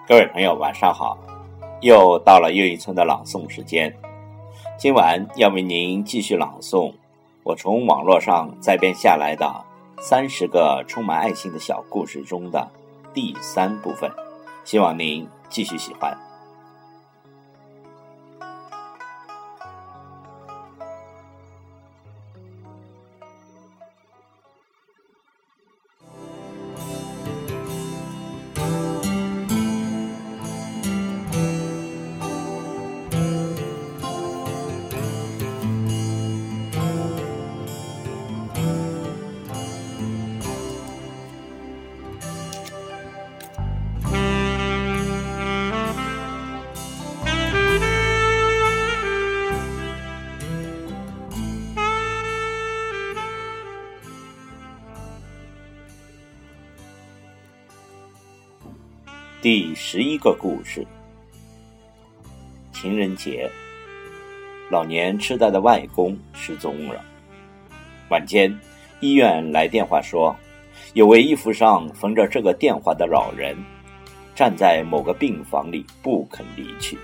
各位朋友晚上好，又到了又一村的朗诵时间。今晚要为您继续朗诵我从网络上摘编下来的30个充满爱心的小故事中的第3部分，希望您继续喜欢。第11个故事，情人节，老年痴呆的外公失踪了。晚间，医院来电话说，有位衣服上缝着这个电话的老人，站在某个病房里不肯离去。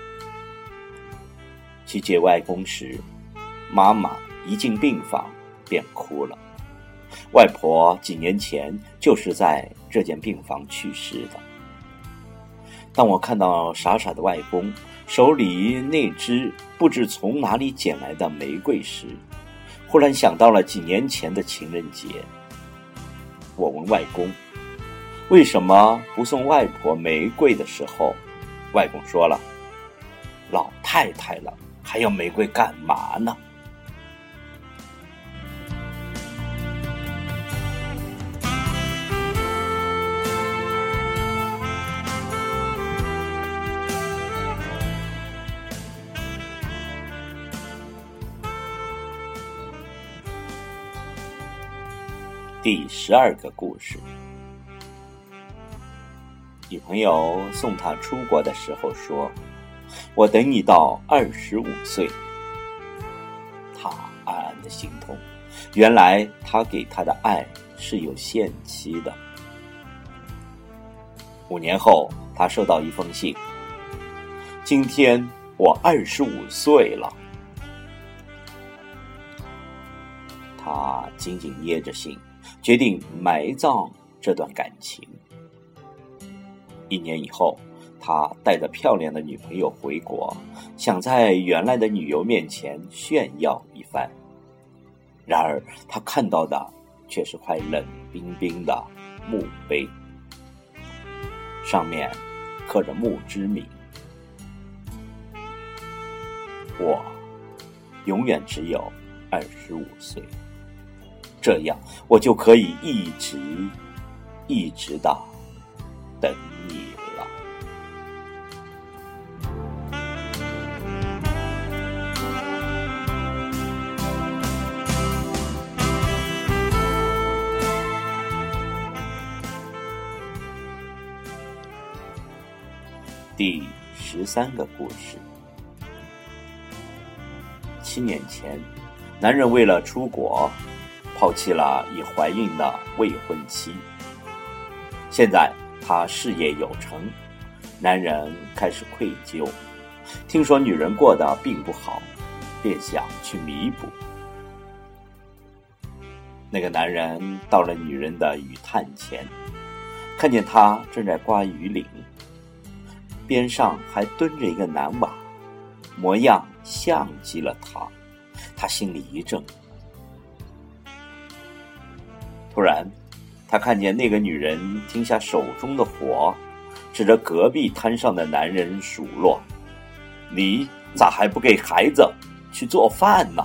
去接外公时，妈妈一进病房便哭了。外婆几年前就是在这间病房去世的。当我看到傻傻的外公手里那只不知从哪里捡来的玫瑰时，忽然想到了几年前的情人节。我问外公，为什么不送外婆玫瑰的时候，外公说了，老太太了，还要玫瑰干嘛呢？第12个故事，女朋友送他出国的时候说，我等你到25岁。他暗暗的心痛，原来他给他的爱是有限期的。5年后，他收到一封信，今天我25岁了。他紧紧捏着信，决定埋葬这段感情。1年以后，他带着漂亮的女朋友回国，想在原来的女友面前炫耀一番。然而他看到的却是块冷冰冰的墓碑，上面刻着墓志铭，我永远只有25岁，这样我就可以一直的等你了。第13个故事，7年前，男人为了出国抛弃了已怀孕的未婚妻。现在他事业有成，男人开始愧疚，听说女人过得并不好，便想去弥补。那个男人到了女人的雨炭前，看见她正在刮鱼鳞，边上还蹲着一个男娃，模样像极了他，他心里一怔。突然他看见那个女人停下手中的活，指着隔壁摊上的男人数落，你咋还不给孩子去做饭呢？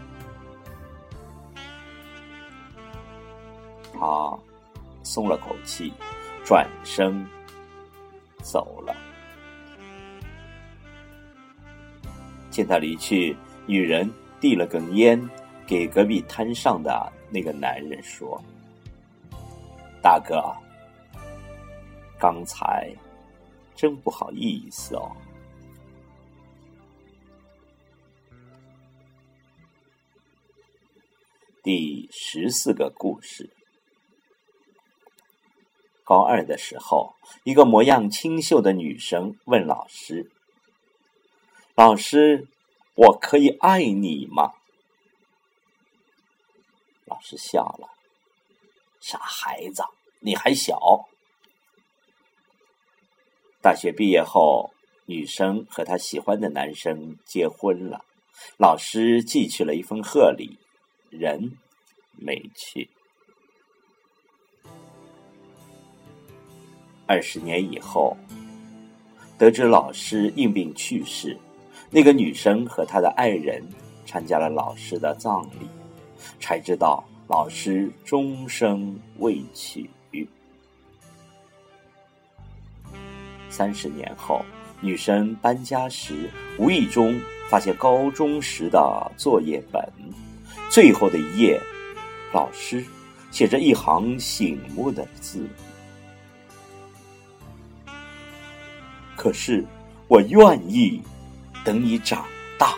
他松了口气，转身走了。见他离去，女人递了根烟给隔壁摊上的那个男人说，大哥，刚才真不好意思哦。第14个故事， 高2的时候，一个模样清秀的女生问老师：“老师，我可以爱你吗？”老师笑了：“傻孩子，你还小。”大学毕业后，女生和她喜欢的男生结婚了，老师寄去了一封贺礼，人没去。20年以后，得知老师因病去世，那个女生和她的爱人参加了老师的葬礼，才知道老师终生未娶。30年后，女生搬家时无意中发现高中时的作业本，最后的一页，老师写着一行醒目的字：“可是我愿意等你长大。”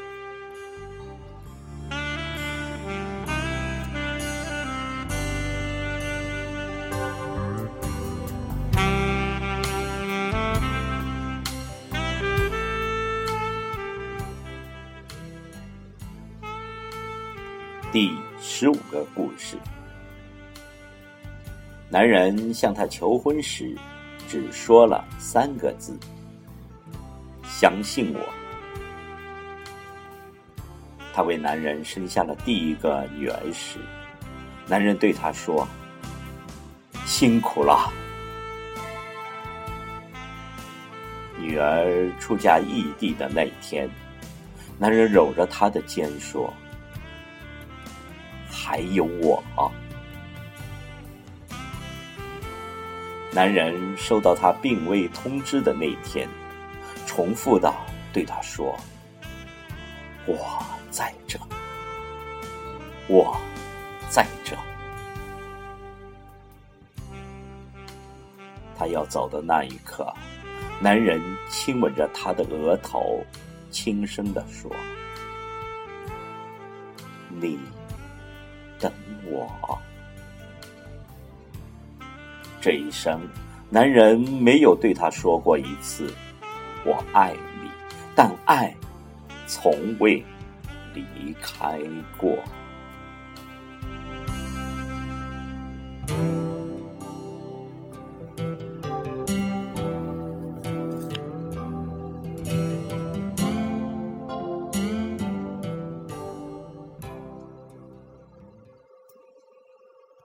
第15个故事。男人向她求婚时，只说了3个字：“相信我。”她为男人生下了第一个女儿时，男人对她说：“辛苦了。”女儿出嫁异地的那天，男人搂着她的肩说：“还有我。”男人收到她病危通知的那天，重复地对她说：“我在这，我在这。”他要走的那一刻，男人亲吻着她的额头，轻声地说：“你等我。”这一生，男人没有对她说过一次“我爱你”，但爱从未离开过。